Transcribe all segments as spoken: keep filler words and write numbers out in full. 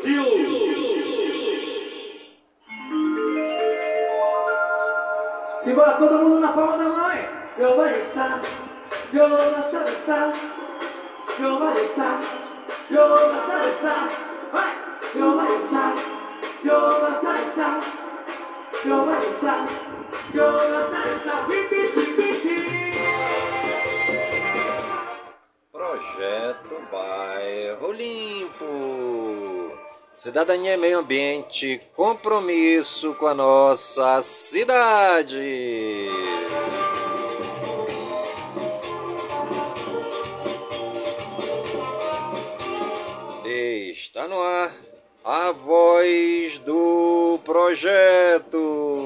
Simbora todo mundo na palma da mão. Eu vou dançar, eu vou dançar, dançar. Eu vou dançar, eu vou dançar, dançar. Vai! Eu vou dançar, eu vou dançar, dançar. Eu vou dançar, eu vou dançar, dançar. Piti, piti. Projeto Bairro Limpo. Cidadania e meio ambiente, compromisso com a nossa cidade. Está no ar a voz do projeto.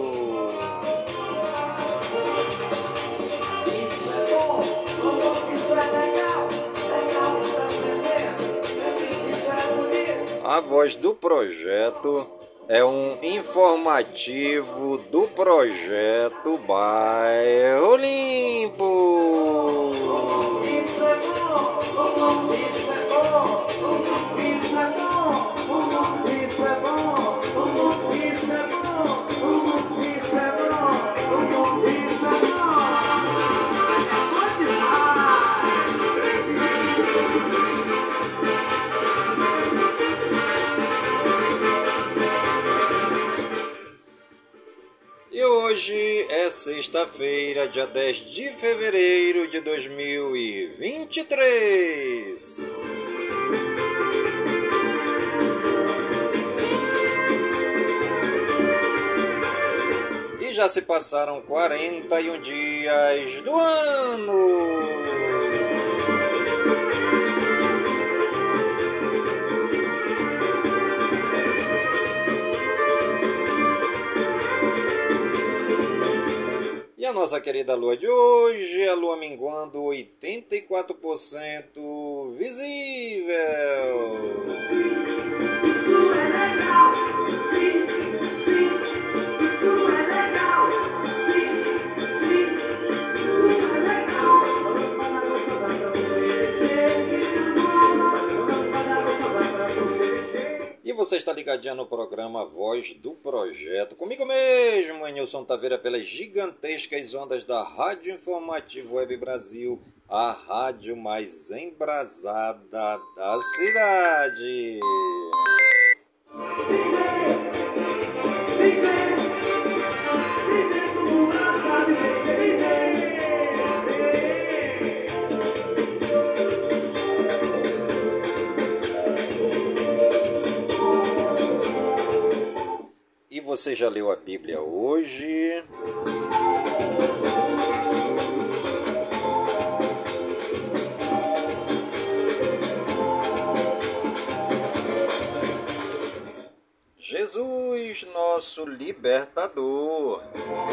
Isso é bom, isso é legal, legal está aprendendo, isso é bonito. A voz do projeto é um informativo do projeto Bairro Limpo. Isso é bom, isso é bom, isso é bom, isso é bom, isso é bom, isso é bom, isso é bom. E hoje é sexta-feira, dia dez de fevereiro de dois mil e vinte e três. E já se passaram quarenta e um dias do ano. E a nossa querida lua de hoje, a lua minguando oitenta e quatro por cento visível. Isso é legal, sim, sim, isso é legal, sim, sim, isso é legal. Vamos falar gostosar pra você descer, vamos falar gostosar pra você descer. E você está ligadinha no programa Voz do Projeto. Comigo mesmo, Nilson Taveira, pelas gigantescas ondas da Rádio Informativo Web Brasil, a rádio mais embrasada da cidade. Viver, viver, viver como ela sabe vencer, viver. E você já leu a Bíblia hoje? Jesus, nosso libertador.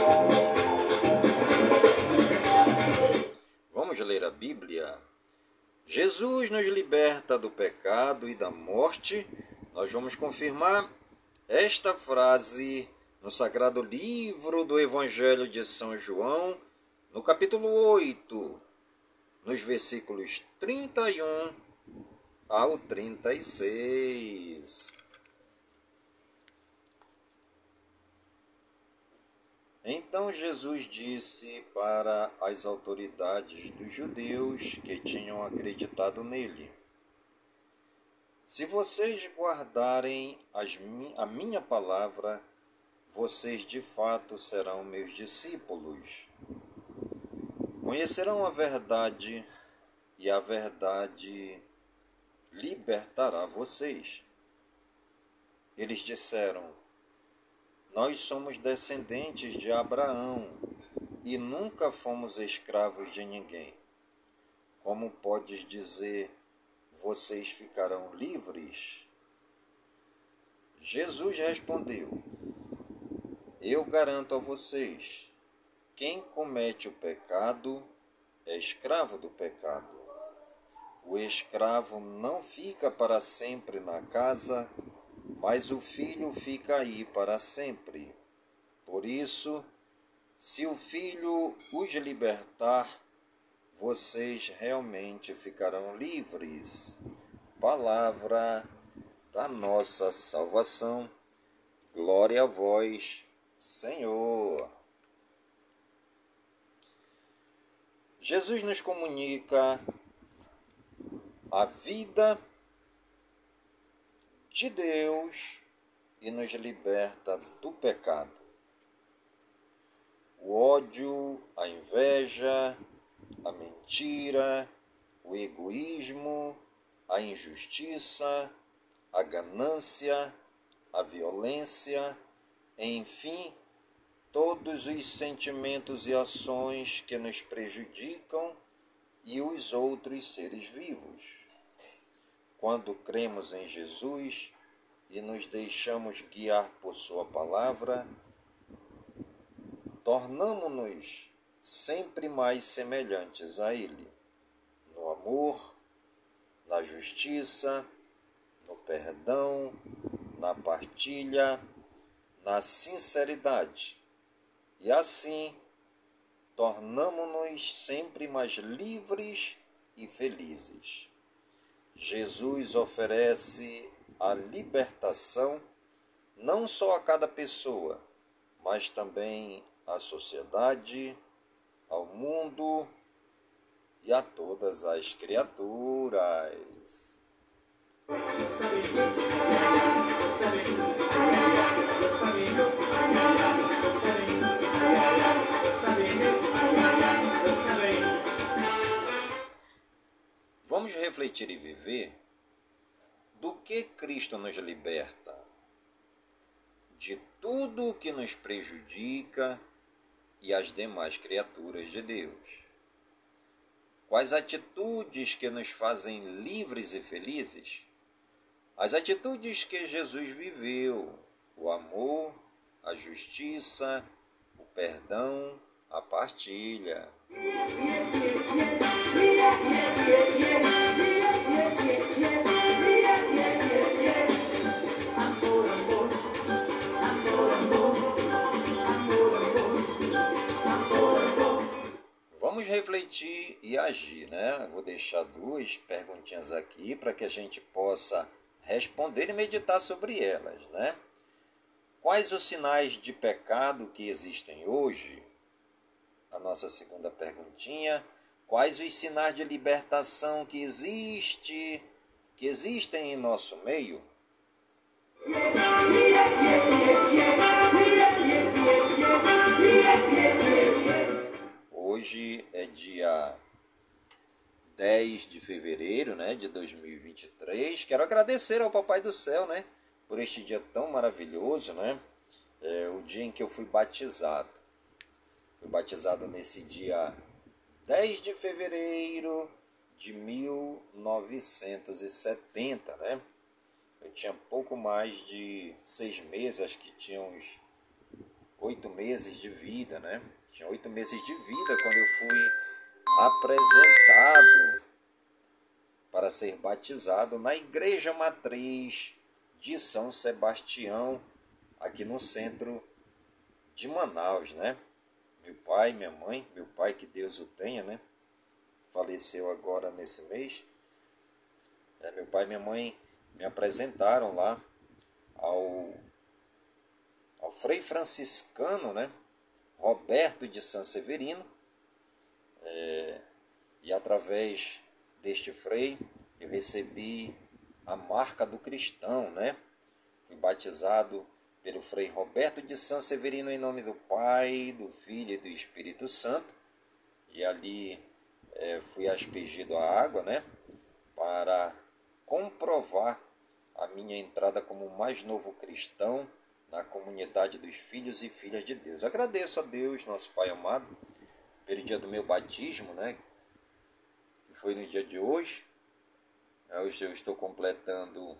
Vamos ler a Bíblia? Jesus nos liberta do pecado e da morte. Nós vamos confirmar esta frase no Sagrado Livro do Evangelho de São João, no capítulo oito, nos versículos trinta e um ao trinta e seis. Então Jesus disse para as autoridades dos judeus que tinham acreditado nele: se vocês guardarem as, a minha palavra, vocês de fato serão meus discípulos. Conhecerão a verdade e a verdade libertará vocês. Eles disseram: nós somos descendentes de Abraão e nunca fomos escravos de ninguém. Como podes dizer, vocês ficarão livres? Jesus respondeu: eu garanto a vocês, quem comete o pecado é escravo do pecado. O escravo não fica para sempre na casa, mas o filho fica aí para sempre. Por isso, se o filho os libertar, vocês realmente ficarão livres. Palavra da nossa salvação. Glória a vós, Senhor. Jesus nos comunica a vida de Deus e nos liberta do pecado. O ódio, a inveja, a mentira, o egoísmo, a injustiça, a ganância, a violência, enfim, todos os sentimentos e ações que nos prejudicam e os outros seres vivos. Quando cremos em Jesus e nos deixamos guiar por sua palavra, tornamo-nos sempre mais semelhantes a Ele, no amor, na justiça, no perdão, na partilha, na sinceridade. E assim, tornamo-nos sempre mais livres e felizes. Jesus oferece a libertação não só a cada pessoa, mas também à sociedade, ao mundo e a todas as criaturas. Vamos refletir e viver do que Cristo nos liberta, de tudo o que nos prejudica e as demais criaturas de Deus. Quais atitudes que nos fazem livres e felizes? As atitudes que Jesus viveu, o amor, a justiça, o perdão, a partilha. Vamos refletir e agir, né? Vou deixar duas perguntinhas aqui para que a gente possa responder e meditar sobre elas, né? Quais os sinais de pecado que existem hoje? A nossa segunda perguntinha. Quais os sinais de libertação que existe, que existem em nosso meio? Hoje é dia dez de fevereiro, né, de dois mil e vinte e três. Quero agradecer ao Papai do Céu, né, por este dia tão maravilhoso, né? É o dia em que eu fui batizado. Fui batizado nesse dia dez de fevereiro de mil novecentos e setenta, né? Eu tinha pouco mais de seis meses, acho que tinha uns oito meses de vida, né? Tinha oito meses de vida quando eu fui apresentado para ser batizado na Igreja Matriz de São Sebastião, aqui no centro de Manaus, né? Meu pai, minha mãe, meu pai, que Deus o tenha, né? Faleceu agora nesse mês. É, meu pai e minha mãe me apresentaram lá ao, ao Frei franciscano, né? Roberto de Sanseverino. É, e através deste frei eu recebi a marca do cristão, né? Fui batizado pelo Frei Roberto de Sanseverino em nome do Pai, do Filho e do Espírito Santo. E ali é, fui aspergido a água, né? Para comprovar a minha entrada como mais novo cristão na comunidade dos filhos e filhas de Deus. Agradeço a Deus, nosso Pai amado, pelo dia do meu batismo, né? Que foi no dia de hoje. Hoje eu estou completando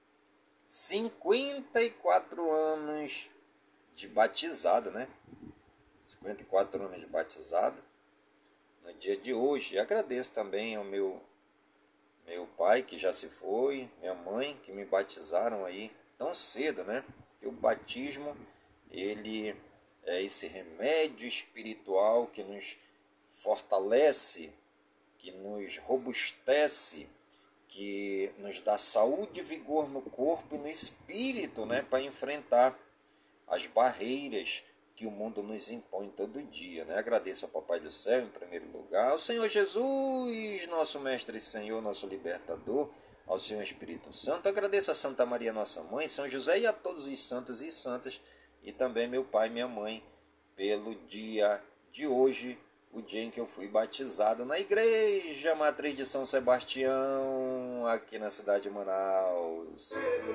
cinquenta e quatro anos de batizado, né? cinquenta e quatro anos de batizado no dia de hoje. E agradeço também ao meu, meu pai, que já se foi, minha mãe, que me batizaram aí tão cedo, né? Que o batismo, ele é esse remédio espiritual que nos fortalece, que nos robustece, que que nos dá saúde e vigor no corpo e no espírito, né, para enfrentar as barreiras que o mundo nos impõe todo dia, né? Agradeço ao Papai do Céu, em primeiro lugar, ao Senhor Jesus, nosso Mestre e Senhor, nosso Libertador, ao Senhor Espírito Santo. Agradeço a Santa Maria, nossa mãe, São José e a todos os santos e santas, e também meu pai e minha mãe, pelo dia de hoje, o dia em que eu fui batizado na Igreja Matriz de São Sebastião, aqui na cidade de Manaus.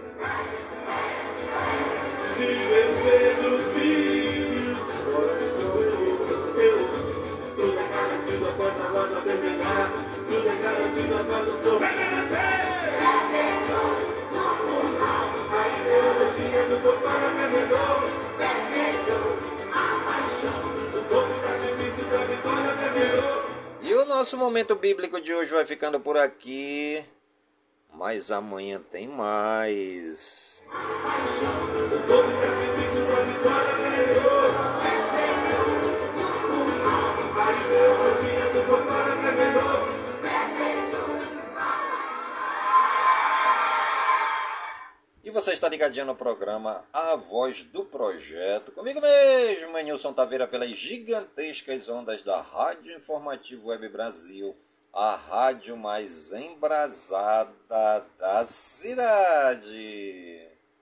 E o nosso momento bíblico de hoje vai ficando por aqui, mas amanhã tem mais. E você está ligadinho no programa A Voz do Projeto, comigo mesmo, Nilson Taveira, pelas gigantescas ondas da Rádio Informativo Web Brasil, a rádio mais embrasada da cidade.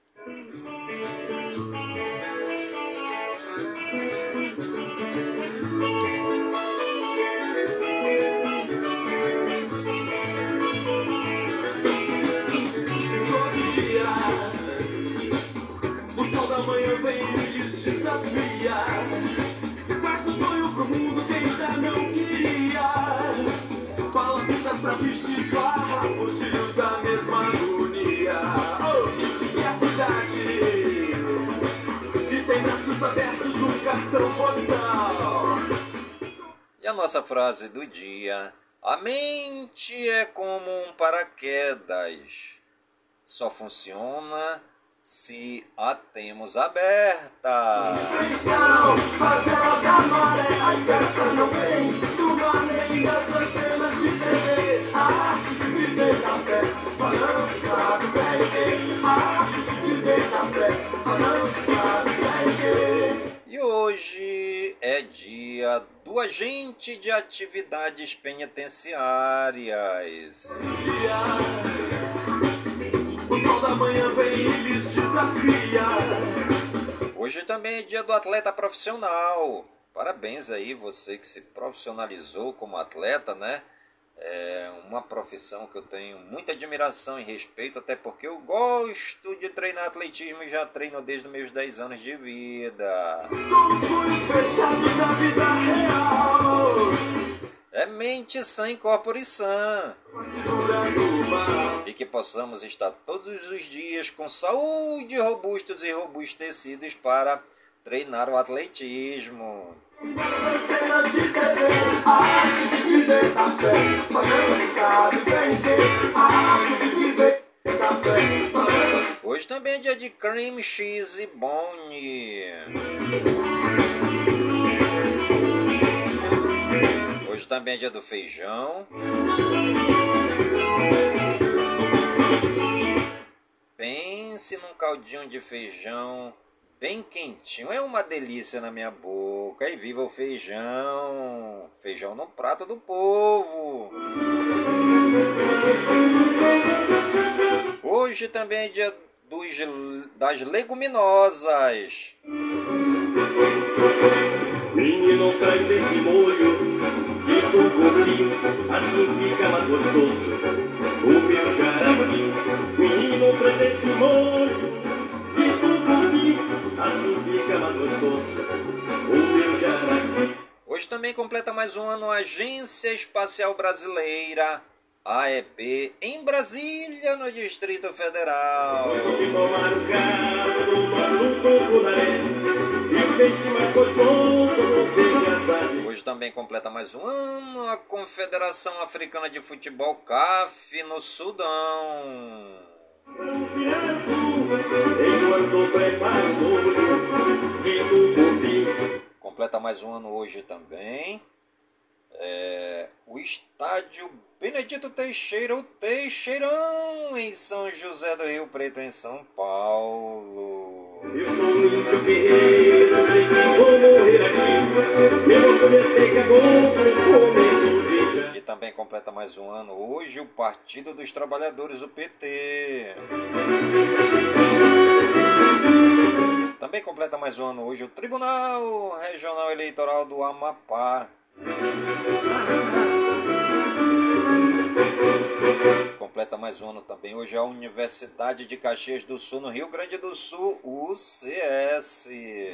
Pra vestir farrapos, filhos da mesma agonia. Oh, e a cidade que tem braços abertos num cartão postal. E a nossa frase do dia: a mente é como um paraquedas, só funciona se a temos aberta. Cristão, favela da maré, a esperança não vem do mar nem das antenas de T V. A arte de viver da fé, só não sabe vencer. A arte de viver da fé, só não sabe vencer. E hoje é dia do agente de atividades penitenciárias. O sol da manhã vem e lhes desafia. Hoje também é dia do atleta profissional. Parabéns aí você que se profissionalizou como atleta, né? É uma profissão que eu tenho muita admiração e respeito, até porque eu gosto de treinar atletismo e já treino desde os meus dez anos de vida. Com os olhos fechados da vida real. É mente sã e corpore sã. E que possamos estar todos os dias com saúde, robustos e robustecidos para treinar o atletismo. Hoje também é dia de cream cheese bone. Hoje também é dia do feijão. Pense num caldinho de feijão bem quentinho. É uma delícia na minha boca. E viva o feijão. Feijão no prato do povo. Hoje também é dia dos, das leguminosas. Menino, traz esse molho de tucupi, assim fica mais gostoso o meu jaraqui. Menino, traz esse molho de tucupi, assim fica mais gostoso o meu jaraqui. Hoje também completa mais um ano a Agência Espacial Brasileira, A E B, em Brasília, no Distrito Federal. Depois de tomar o carro do nosso tucunaré, e deixe mais gostoso, você já sabe. Hoje também completa mais um ano a Confederação Africana de Futebol, C A F, no Sudão. Completa mais um ano hoje também é, o Estádio Benedito Teixeira, o Teixeirão, em São José do Rio Preto, em São Paulo. Eu sou um índio guerreiro, sei que vou morrer aqui. Eu vou conhecer que é bom comer de já. E também completa mais um ano hoje o Partido dos Trabalhadores, o P T. Também completa mais um ano hoje o Tribunal Regional Eleitoral do Amapá. Completa mais um ano também hoje a Universidade de Caxias do Sul, no Rio Grande do Sul, U C S.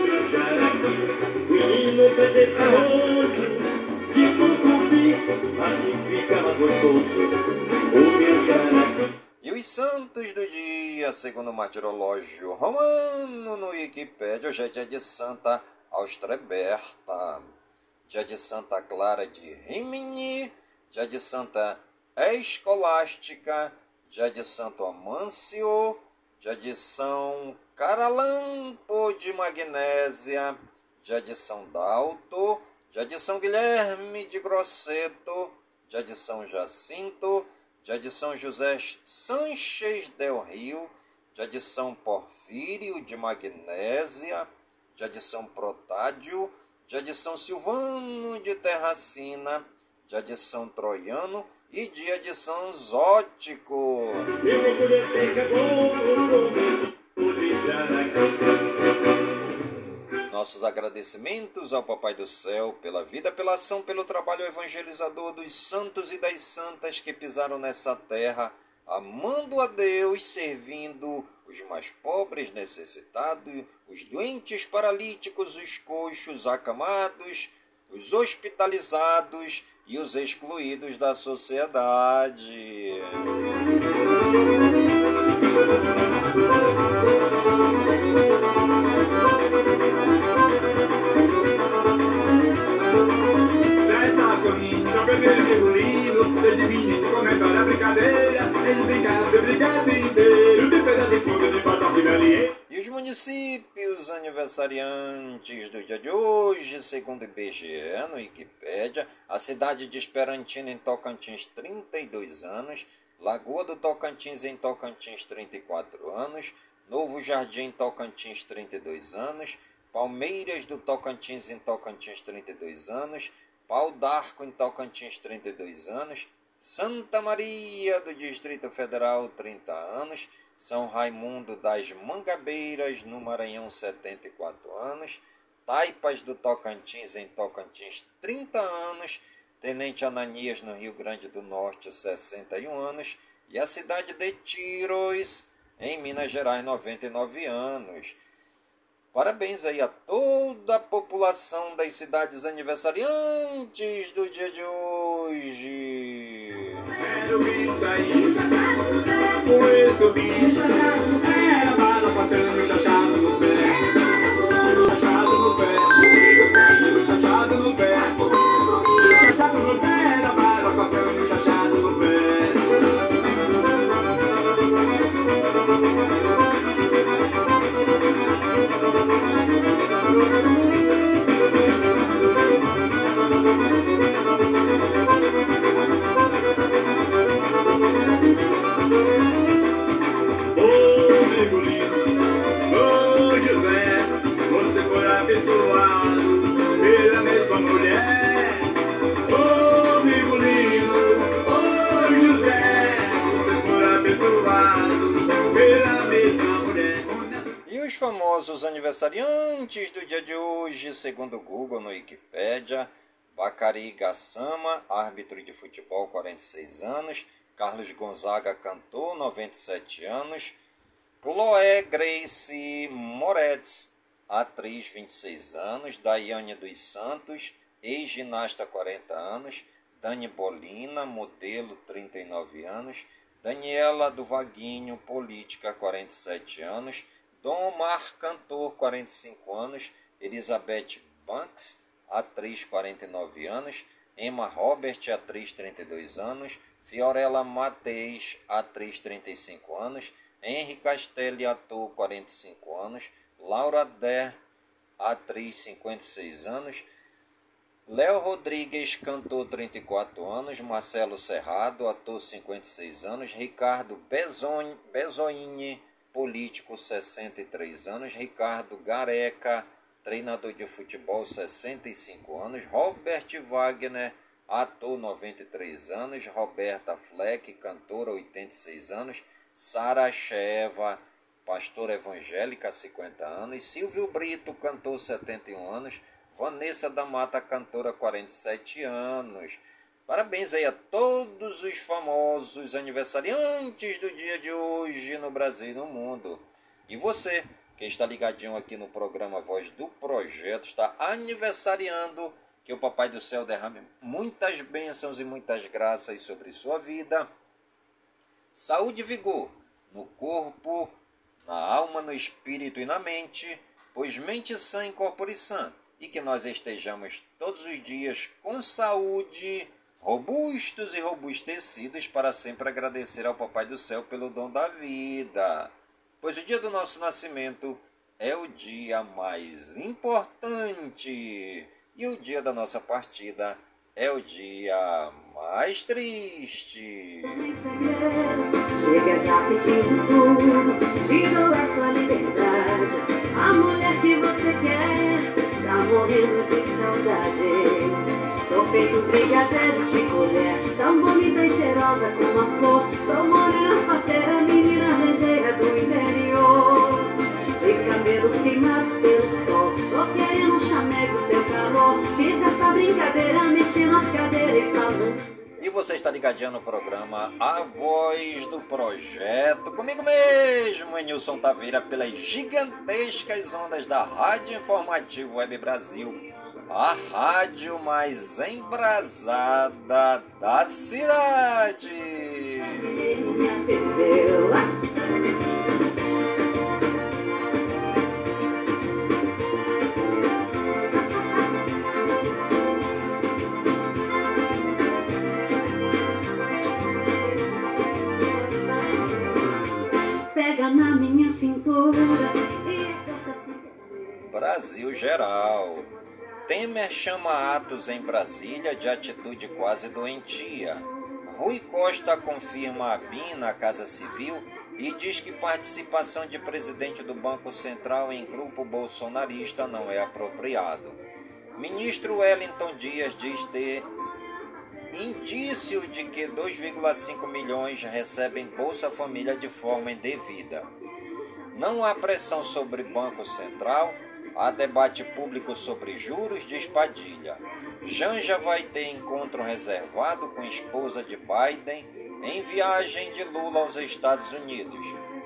E os santos do dia, segundo o martirológio romano no Wikipédia, hoje é dia de Santa Austreberta, dia de Santa Clara de Rimini, dia de Santa Escolástica, dia de Santo Amâncio, dia de São Caralampo de Magnésia, dia de São Dalto, dia de São Guilherme de Grosseto, dia de São Jacinto, dia de São José Sanches del Rio, dia de São Porfírio de Magnésia, dia de São Protádio, dia de São Silvano de Terracina, dia de São Troiano e dia de São Zótico. Nossos agradecimentos ao Papai do Céu pela vida, pela ação, pelo trabalho evangelizador dos santos e das santas que pisaram nessa terra, amando a Deus, servindo os mais pobres, necessitados, os doentes, paralíticos, os coxos, acamados, os hospitalizados e os excluídos da sociedade. Já está correndo, o primeiro figurino, desde menino começaram a brincadeira, eles brincaram de brincadeira inteiro, de pedaço de fundo, de batata e galinha. E os municípios aniversariantes do dia de hoje, segundo o I B G E, no Wikipédia, a cidade de Esperantina, em Tocantins, trinta e dois anos, Lagoa do Tocantins, em Tocantins, trinta e quatro anos, Novo Jardim, Tocantins, trinta e dois anos, Palmeiras do Tocantins, em Tocantins, trinta e dois anos, Pau d'Arco, em Tocantins, trinta e dois anos, Santa Maria do Distrito Federal, trinta anos, São Raimundo das Mangabeiras, no Maranhão, setenta e quatro anos, Taipas do Tocantins, em Tocantins, trinta anos, Tenente Ananias, no Rio Grande do Norte, sessenta e um anos, e a cidade de Tiros, em Minas Gerais, noventa e nove anos. Parabéns aí a toda a população das cidades aniversariantes do dia de hoje. Era o bicho aí, com esse o bicho, era bala patando, chachado no pé, chachado no pé, chachado no pé, chachado no pé, era bala patando, chachado no pé. Os famosos aniversariantes do dia de hoje, segundo o Google no Wikipédia: Bacari Gassama, árbitro de futebol, quarenta e seis anos, Carlos Gonzaga, cantor, noventa e sete anos, Chloé Grace Moretz, atriz, vinte e seis anos, Daiane dos Santos, ex-ginasta, quarenta anos, Dani Bolina, modelo, trinta e nove anos, Daniela do Vaguinho, política, quarenta e sete anos, Dom Mar, cantor, quarenta e cinco anos, Elizabeth Banks, atriz, quarenta e nove anos, Emma Robert, atriz, trinta e dois anos, Fiorella Mateis, atriz, trinta e cinco anos, Henry Castelli, ator, quarenta e cinco anos, Laura Der, atriz, cinquenta e seis anos, Léo Rodrigues, cantor, trinta e quatro anos. Marcelo Serrado, ator, cinquenta e seis anos. Ricardo Bezoini, político, sessenta e três anos. Ricardo Gareca, treinador de futebol, sessenta e cinco anos. Robert Wagner, ator, noventa e três anos. Roberta Fleck, cantora, oitenta e seis anos. Sara Sheva, pastora evangélica, cinquenta anos. Silvio Brito, cantor, setenta e um anos. Vanessa da Mata, cantora, quarenta e sete anos. Parabéns aí a todos os famosos aniversariantes do dia de hoje no Brasil e no mundo. E você, que está ligadinho aqui no programa Voz do Projeto, está aniversariando, que o Papai do Céu derrame muitas bênçãos e muitas graças sobre sua vida. Saúde e vigor no corpo, na alma, no espírito e na mente, pois mente sã incorpore sã. E que nós estejamos todos os dias com saúde, robustos e robustecidos, para sempre agradecer ao Papai do Céu pelo dom da vida. Pois o dia do nosso nascimento é o dia mais importante. E o dia da nossa partida é o dia mais triste. Chega já pedindo tudo, te dou a sua liberdade. A mulher que você quer tá morrendo de saudade. Sou feito brigadeiro de colher, tão bonita e cheirosa como a flor. Sou morena, parceira, menina ligeira do interior, de cabelos queimados pelo sol. Tô querendo um chamego, teu calor. Fiz essa brincadeira, mexi nas cadeiras e falando. E você está ligadinho no programa A Voz do Projeto, comigo mesmo, Enilson Taveira, pelas gigantescas ondas da Rádio Informativo Web Brasil, a rádio mais embrasada da cidade. Pega na minha cintura e Brasil Geral. Temer chama atos em Brasília de atitude quase doentia. Rui Costa confirma a B I M na Casa Civil e diz que participação de presidente do Banco Central em grupo bolsonarista não é apropriado. Ministro Wellington Dias diz ter indício de que dois vírgula cinco milhões recebem Bolsa Família de forma indevida. Não há pressão sobre Banco Central, há debate público sobre juros, diz Padilha. Janja vai ter encontro reservado com esposa de Biden em viagem de Lula aos Estados Unidos.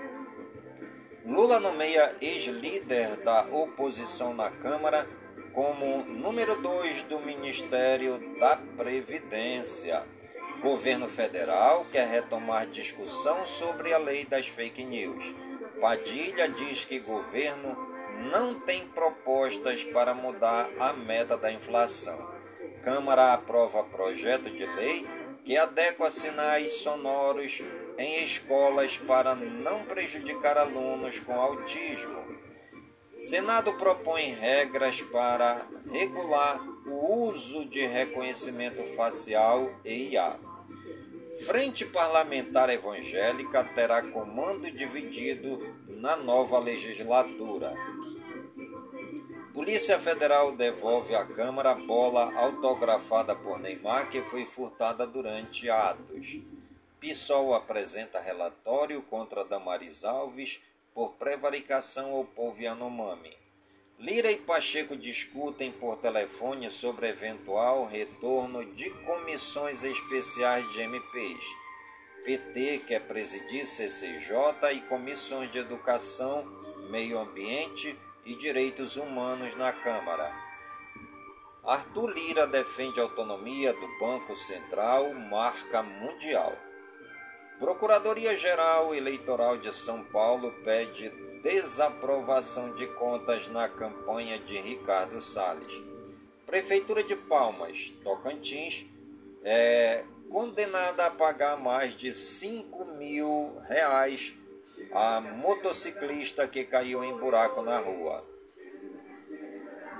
Lula nomeia ex-líder da oposição na Câmara como número dois do Ministério da Previdência. Governo federal quer retomar discussão sobre a lei das fake news. Padilha diz que governo não tem propostas para mudar a meta da inflação. Câmara aprova projeto de lei que adequa sinais sonoros em escolas para não prejudicar alunos com autismo. Senado propõe regras para regular o uso de reconhecimento facial e I A. Frente Parlamentar Evangélica terá comando dividido na nova legislatura. Polícia Federal devolve à Câmara a bola autografada por Neymar que foi furtada durante atos. PSOL apresenta relatório contra Damaris Alves por prevaricação ao povo Yanomami. Lira e Pacheco discutem por telefone sobre eventual retorno de comissões especiais de M Ps. P T quer presidir C C J e comissões de educação, meio ambiente e direitos humanos na Câmara. Arthur Lira defende a autonomia do Banco Central, marca mundial. Procuradoria-Geral Eleitoral de São Paulo pede desaprovação de contas na campanha de Ricardo Salles. Prefeitura de Palmas, Tocantins, é condenada a pagar mais de cinco mil reais a motociclista que caiu em buraco na rua.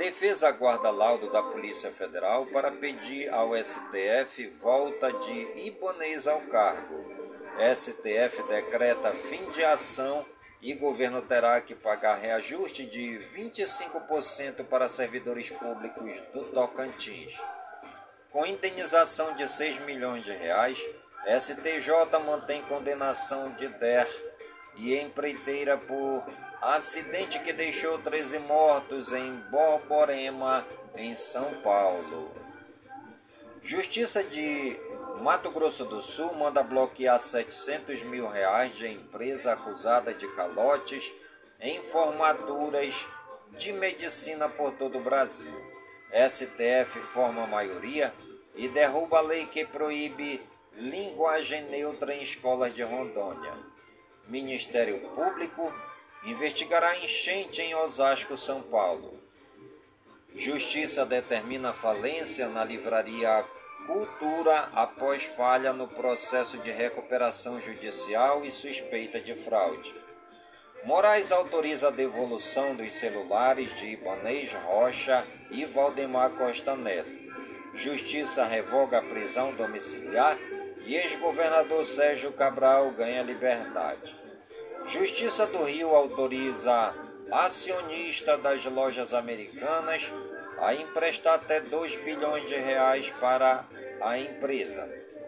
Defesa aguarda laudo da Polícia Federal para pedir ao S T F volta de Ibanez ao cargo. S T F decreta fim de ação e governo terá que pagar reajuste de vinte e cinco por cento para servidores públicos do Tocantins. Com indenização de seis milhões de reais, S T J mantém condenação de D E R e empreiteira por acidente que deixou treze mortos em Borborema, em São Paulo. Justiça de Mato Grosso do Sul manda bloquear setecentos mil reais de empresa acusada de calotes em formaturas de medicina por todo o Brasil. S T F forma maioria e derruba a lei que proíbe linguagem neutra em escolas de Rondônia. Ministério Público investigará enchente em Osasco, São Paulo. Justiça determina falência na livraria Cultura após falha no processo de recuperação judicial e suspeita de fraude. Moraes autoriza a devolução dos celulares de Ibanez Rocha e Valdemar Costa Neto. Justiça revoga a prisão domiciliar e ex-governador Sérgio Cabral ganha liberdade. Justiça do Rio autoriza acionista das lojas Americanas a emprestar até dois bilhões de reais para a empresa.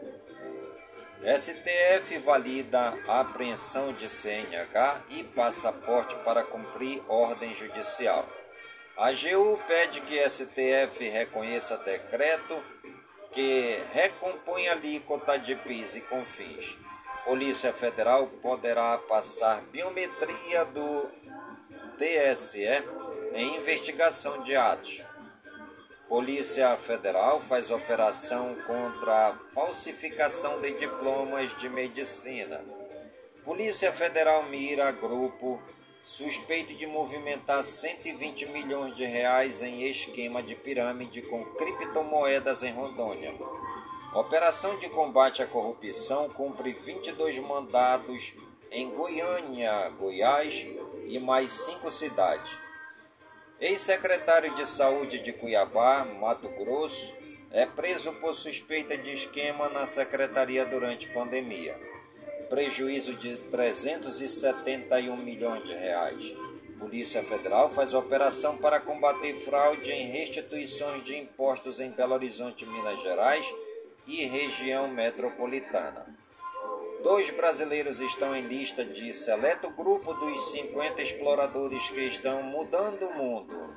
S T F valida a apreensão de C N H e passaporte para cumprir ordem judicial. A A G U pede que S T F reconheça decreto que recompõe a alíquota de PIS e CONFINS. Polícia Federal poderá passar biometria do T S E em investigação de atos. Polícia Federal faz operação contra a falsificação de diplomas de medicina. Polícia Federal mira grupo suspeito de movimentar cento e vinte milhões de reais em esquema de pirâmide com criptomoedas em Rondônia. Operação de combate à corrupção cumpre vinte e dois mandados em Goiânia, Goiás e mais cinco cidades. Ex-secretário de Saúde de Cuiabá, Mato Grosso, é preso por suspeita de esquema na secretaria durante pandemia. Prejuízo de trezentos e setenta e um milhões de reais. Polícia Federal faz operação para combater fraude em restituições de impostos em Belo Horizonte, Minas Gerais e região metropolitana. Dois brasileiros estão em lista de seleto grupo dos cinquenta exploradores que estão mudando o mundo.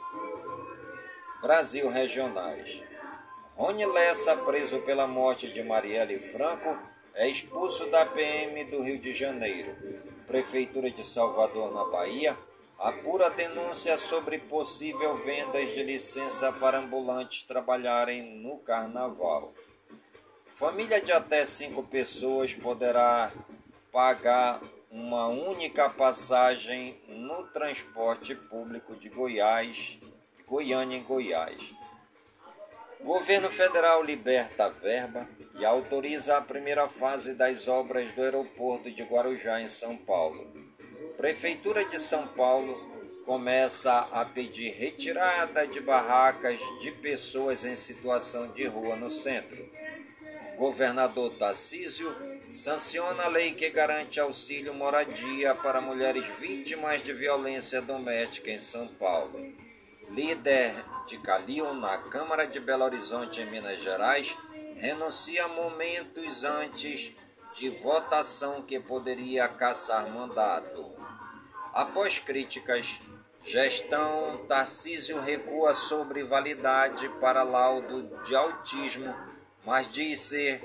Brasil Regionais. Rony Lessa, preso pela morte de Marielle Franco, é expulso da P M do Rio de Janeiro. Prefeitura de Salvador, na Bahia, apura denúncia sobre possível vendas de licença para ambulantes trabalharem no carnaval. Família de até cinco pessoas poderá pagar uma única passagem no transporte público de Goiás, de Goiânia em Goiás. Governo Federal liberta a verba e autoriza a primeira fase das obras do aeroporto de Guarujá, em São Paulo. Prefeitura de São Paulo começa a pedir retirada de barracas de pessoas em situação de rua no centro. Governador Tarcísio sanciona a lei que garante auxílio moradia para mulheres vítimas de violência doméstica em São Paulo. Líder de Calil na Câmara de Belo Horizonte, em Minas Gerais, renuncia momentos antes de votação que poderia cassar mandato. Após críticas, gestão Tarcísio recua sobre validade para laudo de autismo, mas diz ser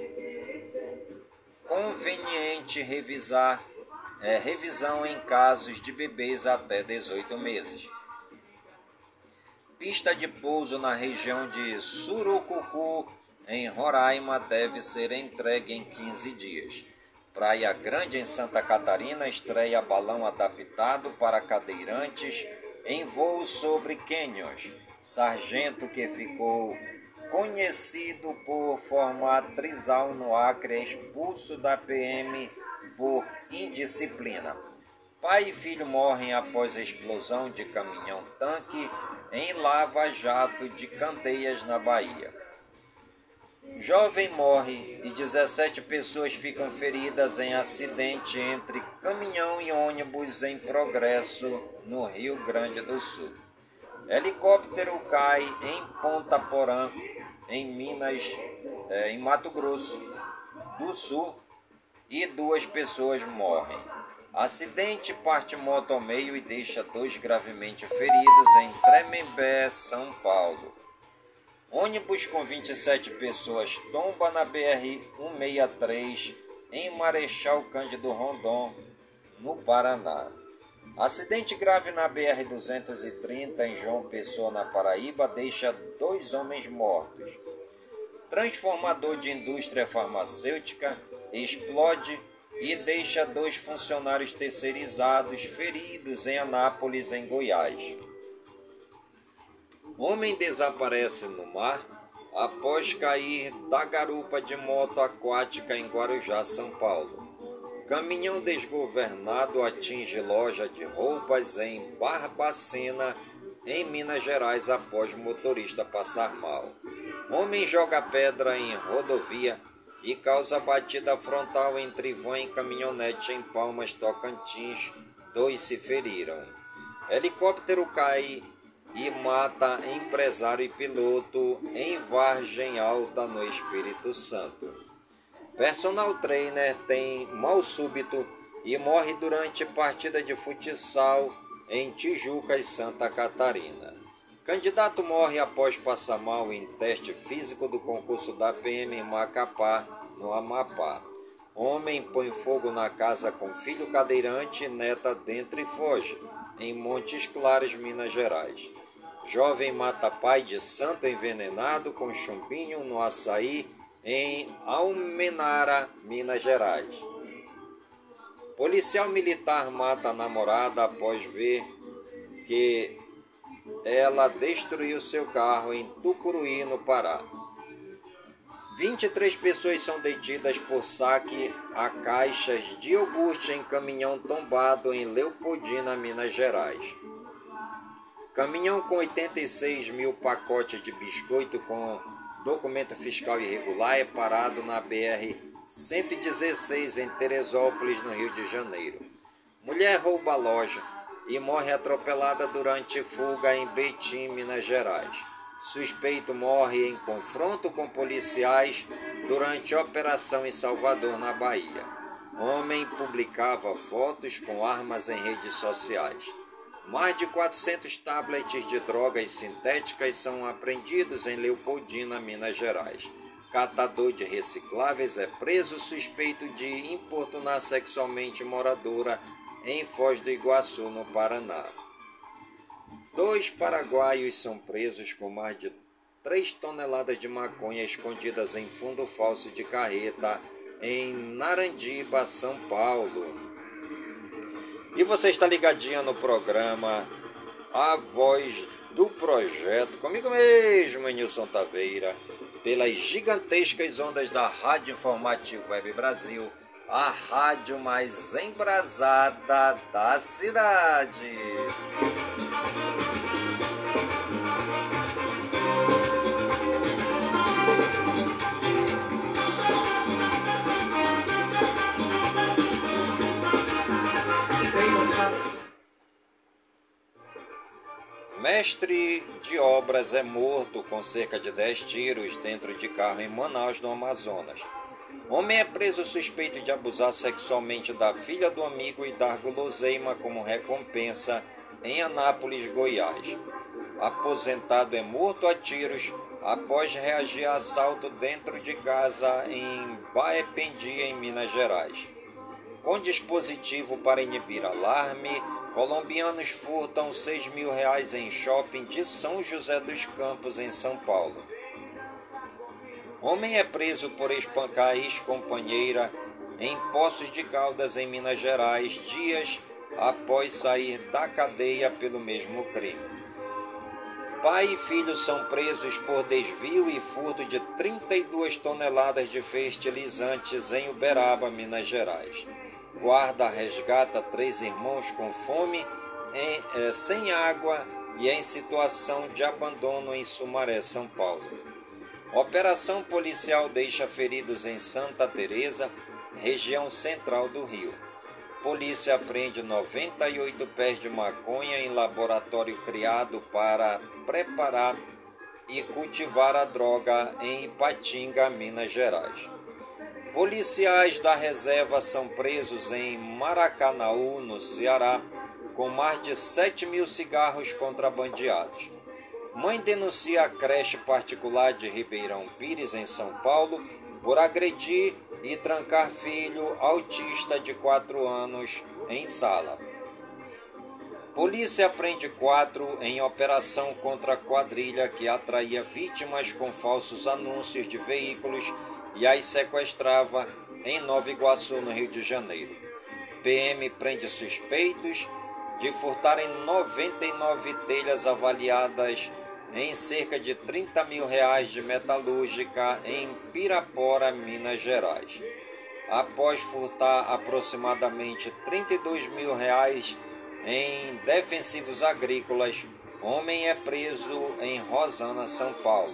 conveniente revisar, é, revisão em casos de bebês até dezoito meses. Pista de pouso na região de Surucucu, em Roraima, deve ser entregue em quinze dias. Praia Grande, em Santa Catarina, estreia balão adaptado para cadeirantes em voo sobre cânions. Sargento, que ficou conhecido por formar trisal no Acre, é expulso da P M por indisciplina. Pai e filho morrem após a explosão de caminhão-tanque em lava-jato de Candeias, na Bahia. Jovem morre e dezessete pessoas ficam feridas em acidente entre caminhão e ônibus em Progresso, no Rio Grande do Sul. Helicóptero cai em Ponta Porã, em Minas, é, em Mato Grosso do Sul, e duas pessoas morrem. Acidente parte moto ao meio e deixa dois gravemente feridos em Tremembé, São Paulo. Ônibus com vinte e sete pessoas tomba na B R cento e sessenta e três em Marechal Cândido Rondon, no Paraná. Acidente grave na B R duzentos e trinta em João Pessoa, na Paraíba, deixa dois homens mortos. Transformador de indústria farmacêutica explode e deixa dois funcionários terceirizados feridos em Anápolis, em Goiás. Homem desaparece no mar após cair da garupa de moto aquática em Guarujá, São Paulo. Caminhão desgovernado atinge loja de roupas em Barbacena, em Minas Gerais, após motorista passar mal. Homem joga pedra em rodovia e causa batida frontal entre van e caminhonete em Palmas, Tocantins. Dois se feriram. Helicóptero cai e mata empresário e piloto em Vargem Alta, no Espírito Santo. Personal trainer tem mal súbito e morre durante partida de futsal em Tijucas, Santa Catarina. Candidato morre após passar mal em teste físico do concurso da P M em Macapá, no Amapá. Homem põe fogo na casa com filho cadeirante e neta dentro e foge, em Montes Claros, Minas Gerais. Jovem mata pai de santo envenenado com chumbinho no açaí, em Almenara, Minas Gerais. Policial militar mata a namorada após ver que ela destruiu seu carro em Tucuruí, no Pará. vinte e três pessoas são detidas por saque a caixas de iogurte em caminhão tombado em Leopoldina, Minas Gerais. Caminhão com oitenta e seis mil pacotes de biscoito com documento fiscal irregular é parado na B R cento e dezesseis em Teresópolis, no Rio de Janeiro. Mulher rouba loja e morre atropelada durante fuga em Betim, Minas Gerais. Suspeito morre em confronto com policiais durante operação em Salvador, na Bahia. Homem publicava fotos com armas em redes sociais. Mais de quatrocentos tablets de drogas sintéticas são apreendidos em Leopoldina, Minas Gerais. Catador de recicláveis é preso suspeito de importunar sexualmente moradora em Foz do Iguaçu, no Paraná. Dois paraguaios são presos com mais de três toneladas de maconha escondidas em fundo falso de carreta em Narandiba, São Paulo. E você está ligadinha no programa A Voz do Projeto, comigo mesmo, Nilson Taveira, pelas gigantescas ondas da Rádio Informativo Web Brasil, a rádio mais embrasada da cidade. Mestre de obras é morto com cerca de dez tiros dentro de carro em Manaus, no Amazonas. Homem é preso suspeito de abusar sexualmente da filha do amigo e dar guloseima como recompensa em Anápolis, Goiás. Aposentado é morto a tiros após reagir a assalto dentro de casa em Baependi, em Minas Gerais. Com dispositivo para inibir alarme, colombianos furtam seis mil reais em shopping de São José dos Campos, em São Paulo. Homem é preso por espancar ex-companheira em Poços de Caldas, em Minas Gerais, dias após sair da cadeia pelo mesmo crime. Pai e filho são presos por desvio e furto de trinta e duas toneladas de fertilizantes em Uberaba, Minas Gerais. Guarda resgata três irmãos com fome, em, eh, sem água, e em situação de abandono em Sumaré, São Paulo. Operação policial deixa feridos em Santa Teresa, região central do Rio. Polícia apreende noventa e oito pés de maconha em laboratório criado para preparar e cultivar a droga em Ipatinga, Minas Gerais. Policiais da reserva são presos em Maracanaú, no Ceará, com mais de sete mil cigarros contrabandeados. Mãe denuncia a creche particular de Ribeirão Pires, em São Paulo, por agredir e trancar filho autista de quatro anos em sala. Polícia prende quatro em operação contra a quadrilha que atraía vítimas com falsos anúncios de veículos e as sequestrava em Nova Iguaçu, no Rio de Janeiro. P M prende suspeitos de furtarem noventa e nove telhas avaliadas em cerca de trinta mil reais de metalúrgica em Pirapora, Minas Gerais. Após furtar aproximadamente trinta e dois mil reais em defensivos agrícolas, homem é preso em Rosana, São Paulo.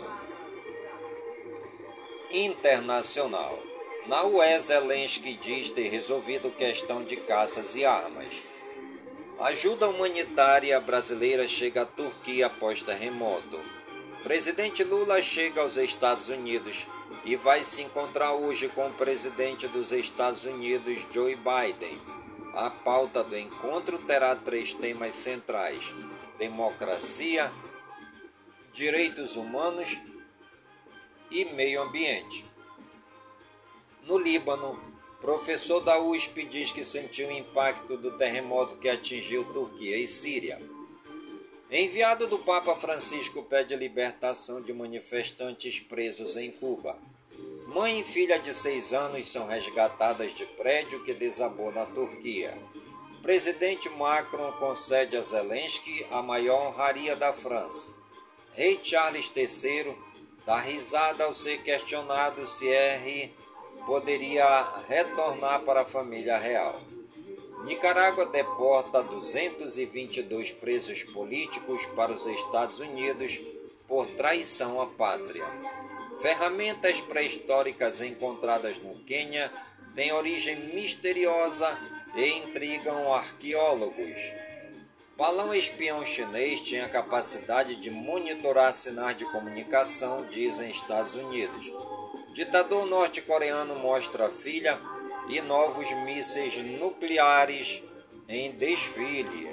Internacional. Na U E, Zelensky diz ter resolvido questão de caças e armas. Ajuda humanitária brasileira chega à Turquia após terremoto. Presidente Lula chega aos Estados Unidos e vai se encontrar hoje com o presidente dos Estados Unidos, Joe Biden. A pauta do encontro terá três temas centrais: democracia, direitos humanos e meio ambiente. No Líbano, professor da U S P diz que sentiu o impacto do terremoto que atingiu Turquia e Síria. Enviado do Papa Francisco pede libertação de manifestantes presos em Cuba. Mãe e filha de seis anos são resgatadas de prédio que desabou na Turquia. Presidente Macron concede a Zelensky a maior honraria da França. Rei Charles terceiro dá risada ao ser questionado se R poderia retornar para a família real. Nicarágua deporta duzentos e vinte e dois presos políticos para os Estados Unidos por traição à pátria. Ferramentas pré-históricas encontradas no Quênia têm origem misteriosa e intrigam arqueólogos. Balão espião chinês tinha a capacidade de monitorar sinais de comunicação, dizem Estados Unidos. Ditador norte-coreano mostra a filha e novos mísseis nucleares em desfile.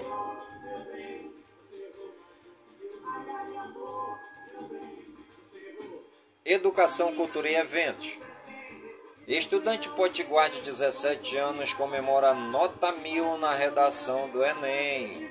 Educação, cultura e eventos. Estudante potiguar de dezessete anos comemora nota mil na redação do Enem.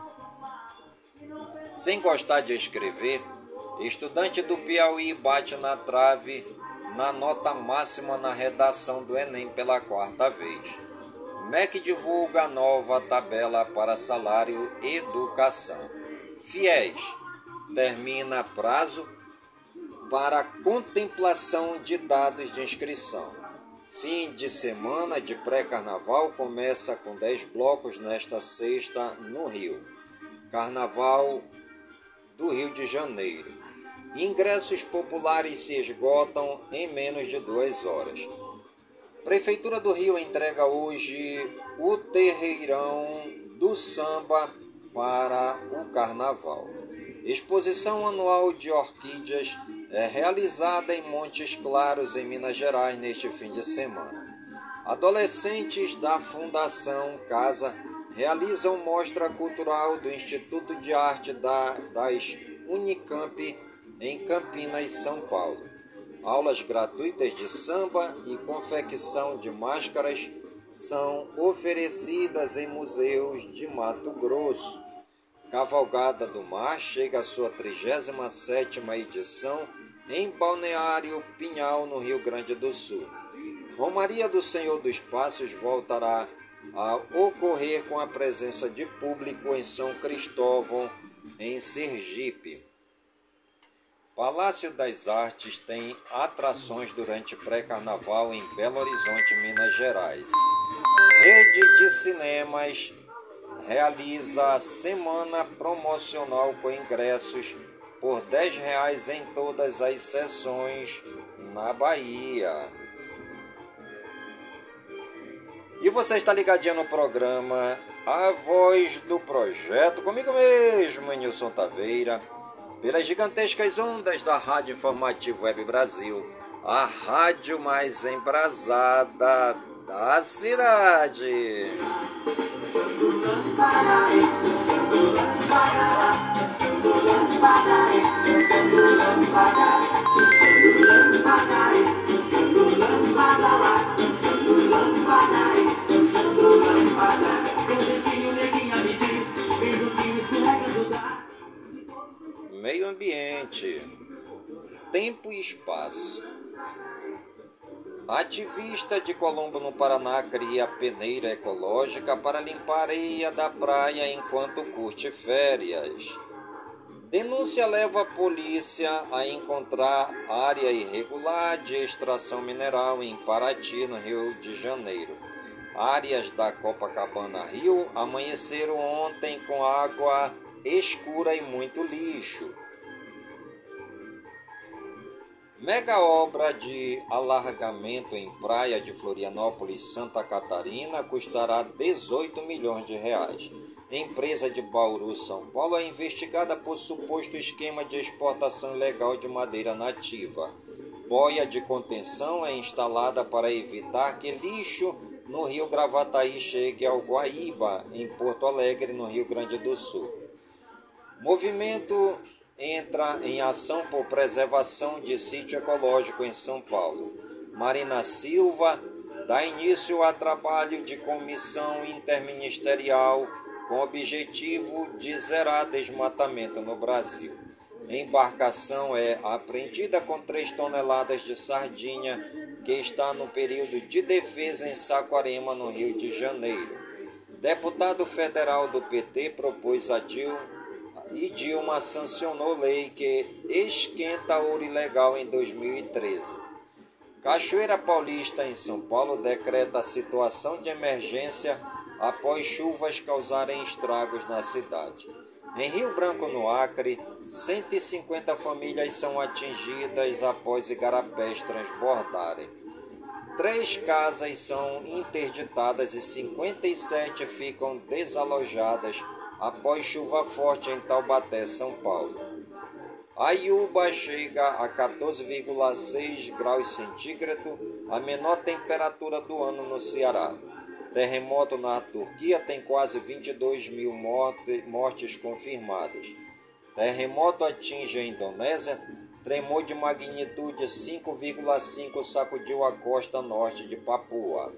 Sem gostar de escrever, estudante do Piauí bate na trave na nota máxima na redação do Enem pela quarta vez. M E C divulga a nova tabela para salário e educação. Fiéis termina prazo para contemplação de dados de inscrição. Fim de semana de pré-carnaval começa com dez blocos nesta sexta no Rio. Carnaval do Rio de Janeiro. Ingressos populares se esgotam em menos de duas horas. Prefeitura do Rio entrega hoje o terreirão do samba para o carnaval. Exposição anual de orquídeas é realizada em Montes Claros, em Minas Gerais, neste fim de semana. Adolescentes da Fundação Casa realizam mostra cultural do Instituto de Arte da, das Unicamp em Campinas, São Paulo. Aulas gratuitas de samba e confecção de máscaras são oferecidas em museus de Mato Grosso. Cavalgada do Mar chega à sua trigésima sétima edição em Balneário Pinhal, no Rio Grande do Sul. Romaria do Senhor dos Passos voltará a ocorrer com a presença de público em São Cristóvão, em Sergipe. Palácio das Artes tem atrações durante pré-carnaval em Belo Horizonte, Minas Gerais. Rede de cinemas realiza semana promocional com ingressos por dez reais em todas as sessões na Bahia. E você está ligadinho no programa A Voz do Projeto, comigo mesmo, Nilson Taveira, pelas gigantescas ondas da Rádio Informativo Web Brasil, a rádio mais embrasada da cidade. Meio ambiente, tempo e espaço. Ativista de Colombo, no Paraná, cria peneira ecológica para limpar a areia da praia enquanto curte férias. Denúncia leva a polícia a encontrar área irregular de extração mineral em Paraty, no Rio de Janeiro. Áreas da Copacabana Rio amanheceram ontem com água escura e muito lixo. Mega obra de alargamento em praia de Florianópolis, Santa Catarina, custará dezoito milhões de reais. Empresa de Bauru, São Paulo, é investigada por suposto esquema de exportação ilegal de madeira nativa. Boia de contenção é instalada para evitar que lixo no Rio Gravataí chegue ao Guaíba, em Porto Alegre, no Rio Grande do Sul. Movimento entra em ação por preservação de sítio ecológico em São Paulo. Marina Silva dá início a trabalho de comissão interministerial com o objetivo de zerar desmatamento no Brasil. Embarcação é apreendida com três toneladas de sardinha que está no período de defesa em Saquarema, no Rio de Janeiro. Deputado federal do P T propôs a Dilma e Dilma sancionou lei que esquenta ouro ilegal em dois mil e treze. Cachoeira Paulista, em São Paulo, decreta situação de emergência após chuvas causarem estragos na cidade. Em Rio Branco, no Acre, cento e cinquenta famílias são atingidas após igarapés transbordarem. Três casas são interditadas e cinquenta e sete ficam desalojadas após chuva forte em Taubaté, São Paulo. Aiúba chega a quatorze vírgula seis graus centígrados, a menor temperatura do ano no Ceará. Terremoto na Turquia tem quase vinte e dois mil mortes confirmadas. Terremoto atinge a Indonésia, tremor de magnitude cinco vírgula cinco sacudiu a costa norte de Papua.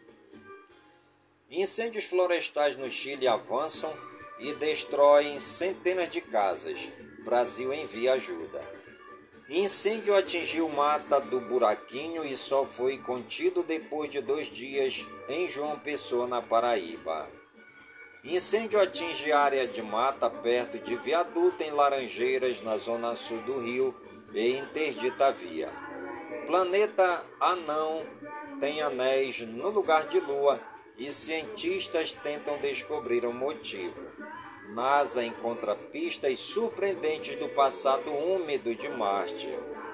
Incêndios florestais no Chile avançam e destroem centenas de casas. Brasil envia ajuda. Incêndio atingiu Mata do Buraquinho e só foi contido depois de dois dias em João Pessoa, na Paraíba. Incêndio atinge área de mata perto de viaduto em Laranjeiras, na zona sul do Rio, e interdita a via. Planeta anão tem anéis no lugar de lua e cientistas tentam descobrir o motivo. NASA encontra pistas surpreendentes do passado úmido de Marte.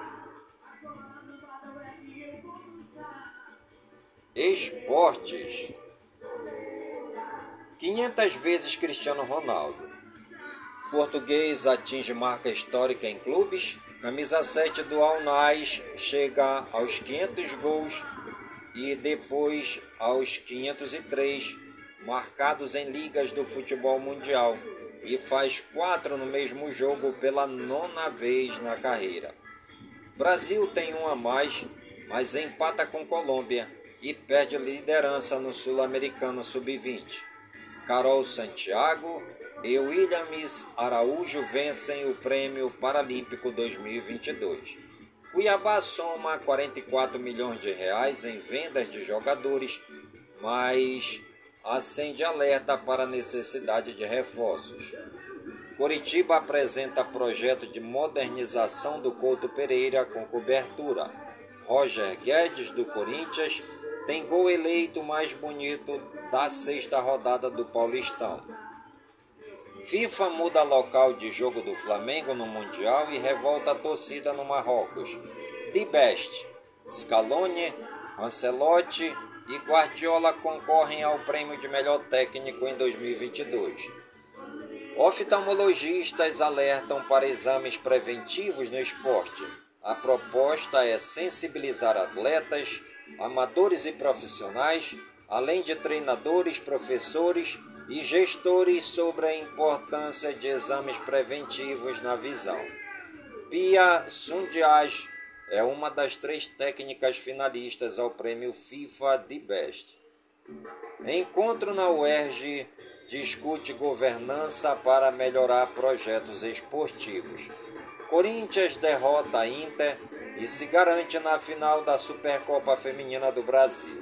Esportes. quinhentas vezes Cristiano Ronaldo. Português atinge marca histórica em clubes. Camisa sete do Al-Nassr chega aos quinhentos gols e depois aos quinhentos e três marcados em ligas do futebol mundial e faz quatro no mesmo jogo pela nona vez na carreira. Brasil tem um a mais, mas empata com Colômbia e perde liderança no Sul-Americano sub vinte. Carol Santiago e Williams Araújo vencem o Prêmio Paralímpico dois mil e vinte e dois. Cuiabá soma quarenta e quatro milhões de reais em vendas de jogadores, mas acende alerta para a necessidade de reforços. Coritiba apresenta projeto de modernização do Couto Pereira com cobertura. Roger Guedes, do Corinthians, tem gol eleito mais bonito da sexta rodada do Paulistão. FIFA muda local de jogo do Flamengo no Mundial e revolta a torcida no Marrocos. The Best, Scaloni, Ancelotti e Guardiola concorrem ao prêmio de melhor técnico em dois mil e vinte e dois. Oftalmologistas alertam para exames preventivos no esporte. A proposta é sensibilizar atletas, amadores e profissionais, além de treinadores, professores e gestores sobre a importância de exames preventivos na visão. Pia Sundiaj é uma das três técnicas finalistas ao prêmio FIFA The Best. Encontro na U E R J discute governança para melhorar projetos esportivos. Corinthians derrota a Inter e se garante na final da Supercopa Feminina do Brasil.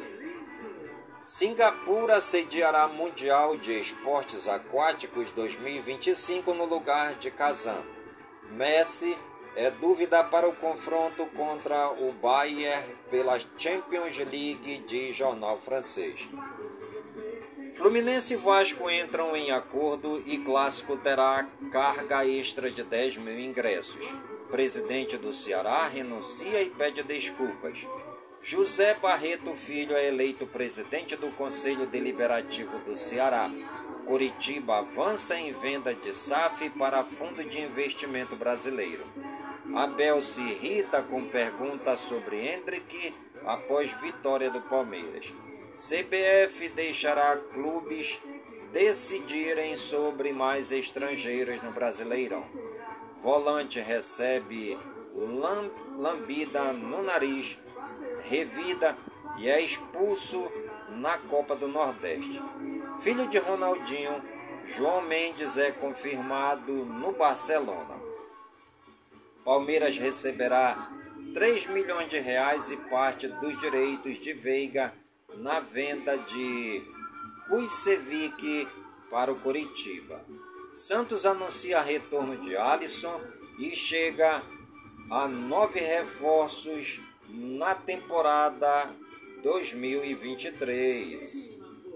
Singapura sediará Mundial de Esportes Aquáticos dois mil e vinte e cinco no lugar de Kazan. Messi é dúvida para o confronto contra o Bayern pela Champions League, diz jornal francês. Fluminense e Vasco entram em acordo e Clássico terá carga extra de dez mil ingressos. Presidente do Ceará renuncia e pede desculpas. José Barreto Filho é eleito presidente do Conselho Deliberativo do Ceará. Coritiba avança em venda de S A F para Fundo de Investimento Brasileiro. Abel se irrita com pergunta sobre Hendrick após vitória do Palmeiras. C B F deixará clubes decidirem sobre mais estrangeiros no Brasileirão. Volante recebe lam, lambida no nariz, revida e é expulso na Copa do Nordeste. Filho de Ronaldinho, João Mendes é confirmado no Barcelona. Palmeiras receberá três milhões de reais e parte dos direitos de Veiga na venda de Kuicevic para o Coritiba. Santos anuncia retorno de Alisson e chega a nove reforços na temporada dois mil e vinte e três.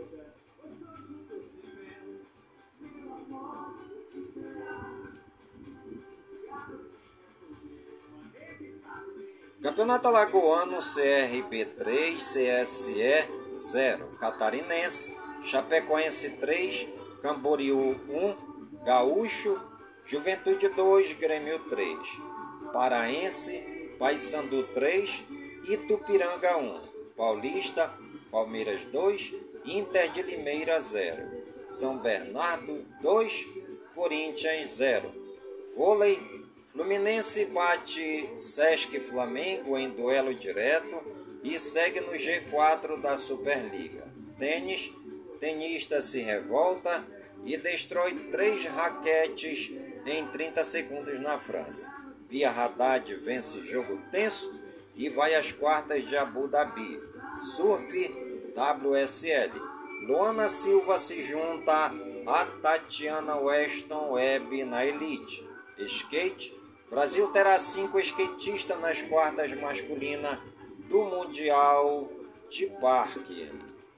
Campeonato Alagoano C R B três, C S E zero, Catarinense, Chapecoense três, Camboriú um, Gaúcho, Juventude dois, Grêmio três, Paraense, Paysandu três, Itupiranga um, Paulista, Palmeiras dois, Inter de Limeira zero, São Bernardo dois, Corinthians zero. Vôlei, Fluminense bate Sesc Flamengo em duelo direto e segue no G quatro da Superliga. Tênis, tenista se revolta e destrói três raquetes em trinta segundos na França. Bia Haddad vence jogo tenso e vai às quartas de Abu Dhabi. Surf, W S L. Luana Silva se junta a Tatiana Weston Webb na elite. Skate, Brasil terá cinco skatistas nas quartas masculinas do Mundial de Parque.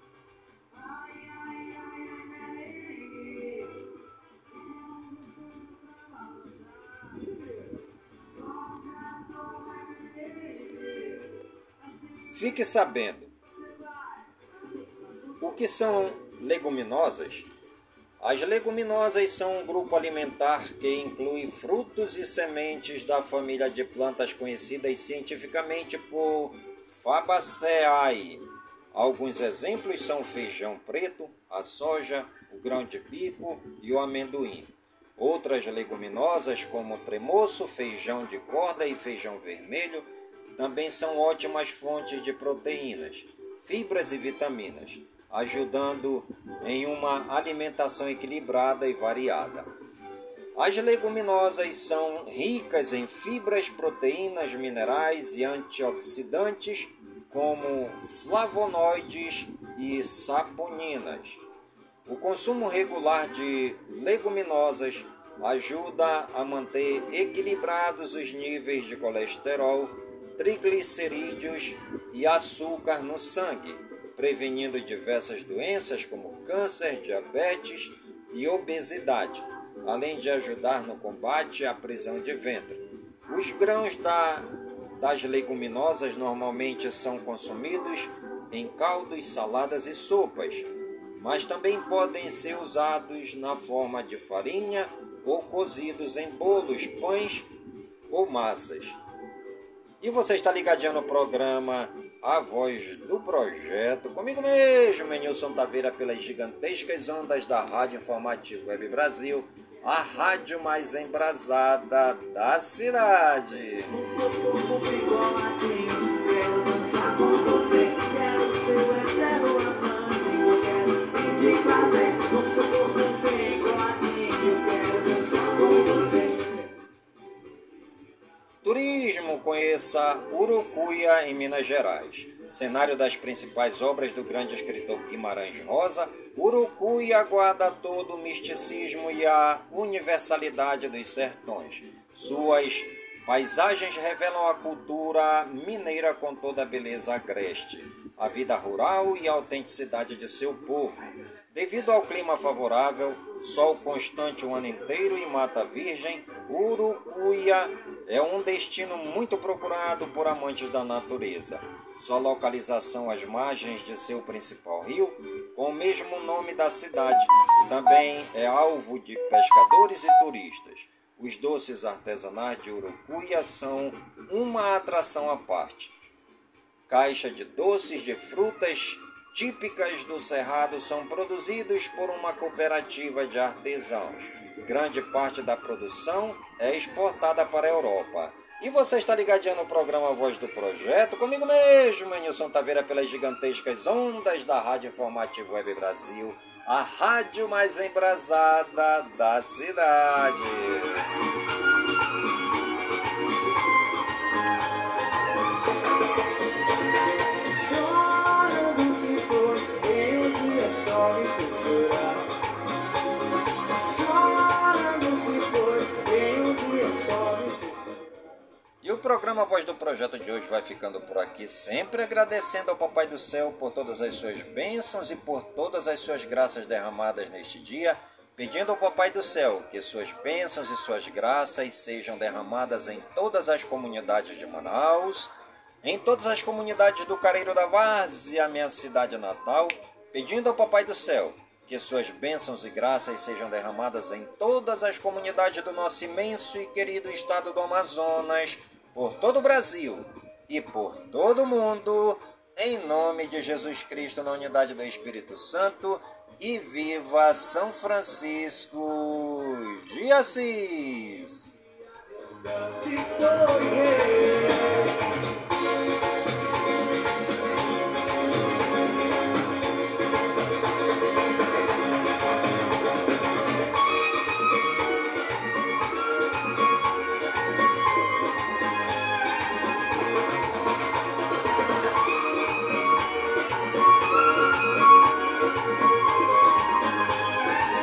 Fique sabendo. O que são leguminosas? As leguminosas são um grupo alimentar que inclui frutos e sementes da família de plantas conhecidas cientificamente por Fabaceae. Alguns exemplos são o feijão preto, a soja, o grão de bico e o amendoim. Outras leguminosas, como o tremoço, feijão de corda e feijão vermelho, também são ótimas fontes de proteínas, fibras e vitaminas, ajudando em uma alimentação equilibrada e variada. As leguminosas são ricas em fibras, proteínas, minerais e antioxidantes, como flavonoides e saponinas. O consumo regular de leguminosas ajuda a manter equilibrados os níveis de colesterol, triglicerídeos e açúcar no sangue, prevenindo diversas doenças como câncer, diabetes e obesidade. além de ajudar no combate à prisão de ventre. Os grãos da, das leguminosas normalmente são consumidos em caldos, saladas e sopas, mas também podem ser usados na forma de farinha ou cozidos em bolos, pães ou massas. E você está ligadinho no programa A Voz do Projeto, comigo mesmo, Nilson Taveira, pelas gigantescas ondas da Rádio Informativo Web Brasil, a rádio mais embrasada da cidade. Turismo, conheça Urucuia, em Minas Gerais. Cenário das principais obras do grande escritor Guimarães Rosa, Urucuia guarda todo o misticismo e a universalidade dos sertões. Suas paisagens revelam a cultura mineira com toda a beleza agreste, a vida rural e a autenticidade de seu povo. Devido ao clima favorável, sol constante o ano inteiro e mata virgem, Urucuia é um destino muito procurado por amantes da natureza. Sua localização às margens de seu principal rio, com o mesmo nome da cidade, também é alvo de pescadores e turistas. Os doces artesanais de Urucuia são uma atração à parte. Caixa de doces de frutas típicas do Cerrado são produzidos por uma cooperativa de artesãos. Grande parte da produção é exportada para a Europa. E você está ligadinho no programa Voz do Projeto, comigo mesmo, Nilson Taveira, pelas gigantescas ondas da Rádio Informativo Web Brasil, a rádio mais embrasada da cidade. E o programa Voz do Projeto de hoje vai ficando por aqui, sempre agradecendo ao Papai do Céu por todas as suas bênçãos e por todas as suas graças derramadas neste dia, pedindo ao Papai do Céu que suas bênçãos e suas graças sejam derramadas em todas as comunidades de Manaus, em todas as comunidades do Careiro da Várzea, minha cidade natal, pedindo ao Papai do Céu que suas bênçãos e graças sejam derramadas em todas as comunidades do nosso imenso e querido estado do Amazonas, por todo o Brasil e por todo o mundo, em nome de Jesus Cristo, na unidade do Espírito Santo, e viva São Francisco de Assis!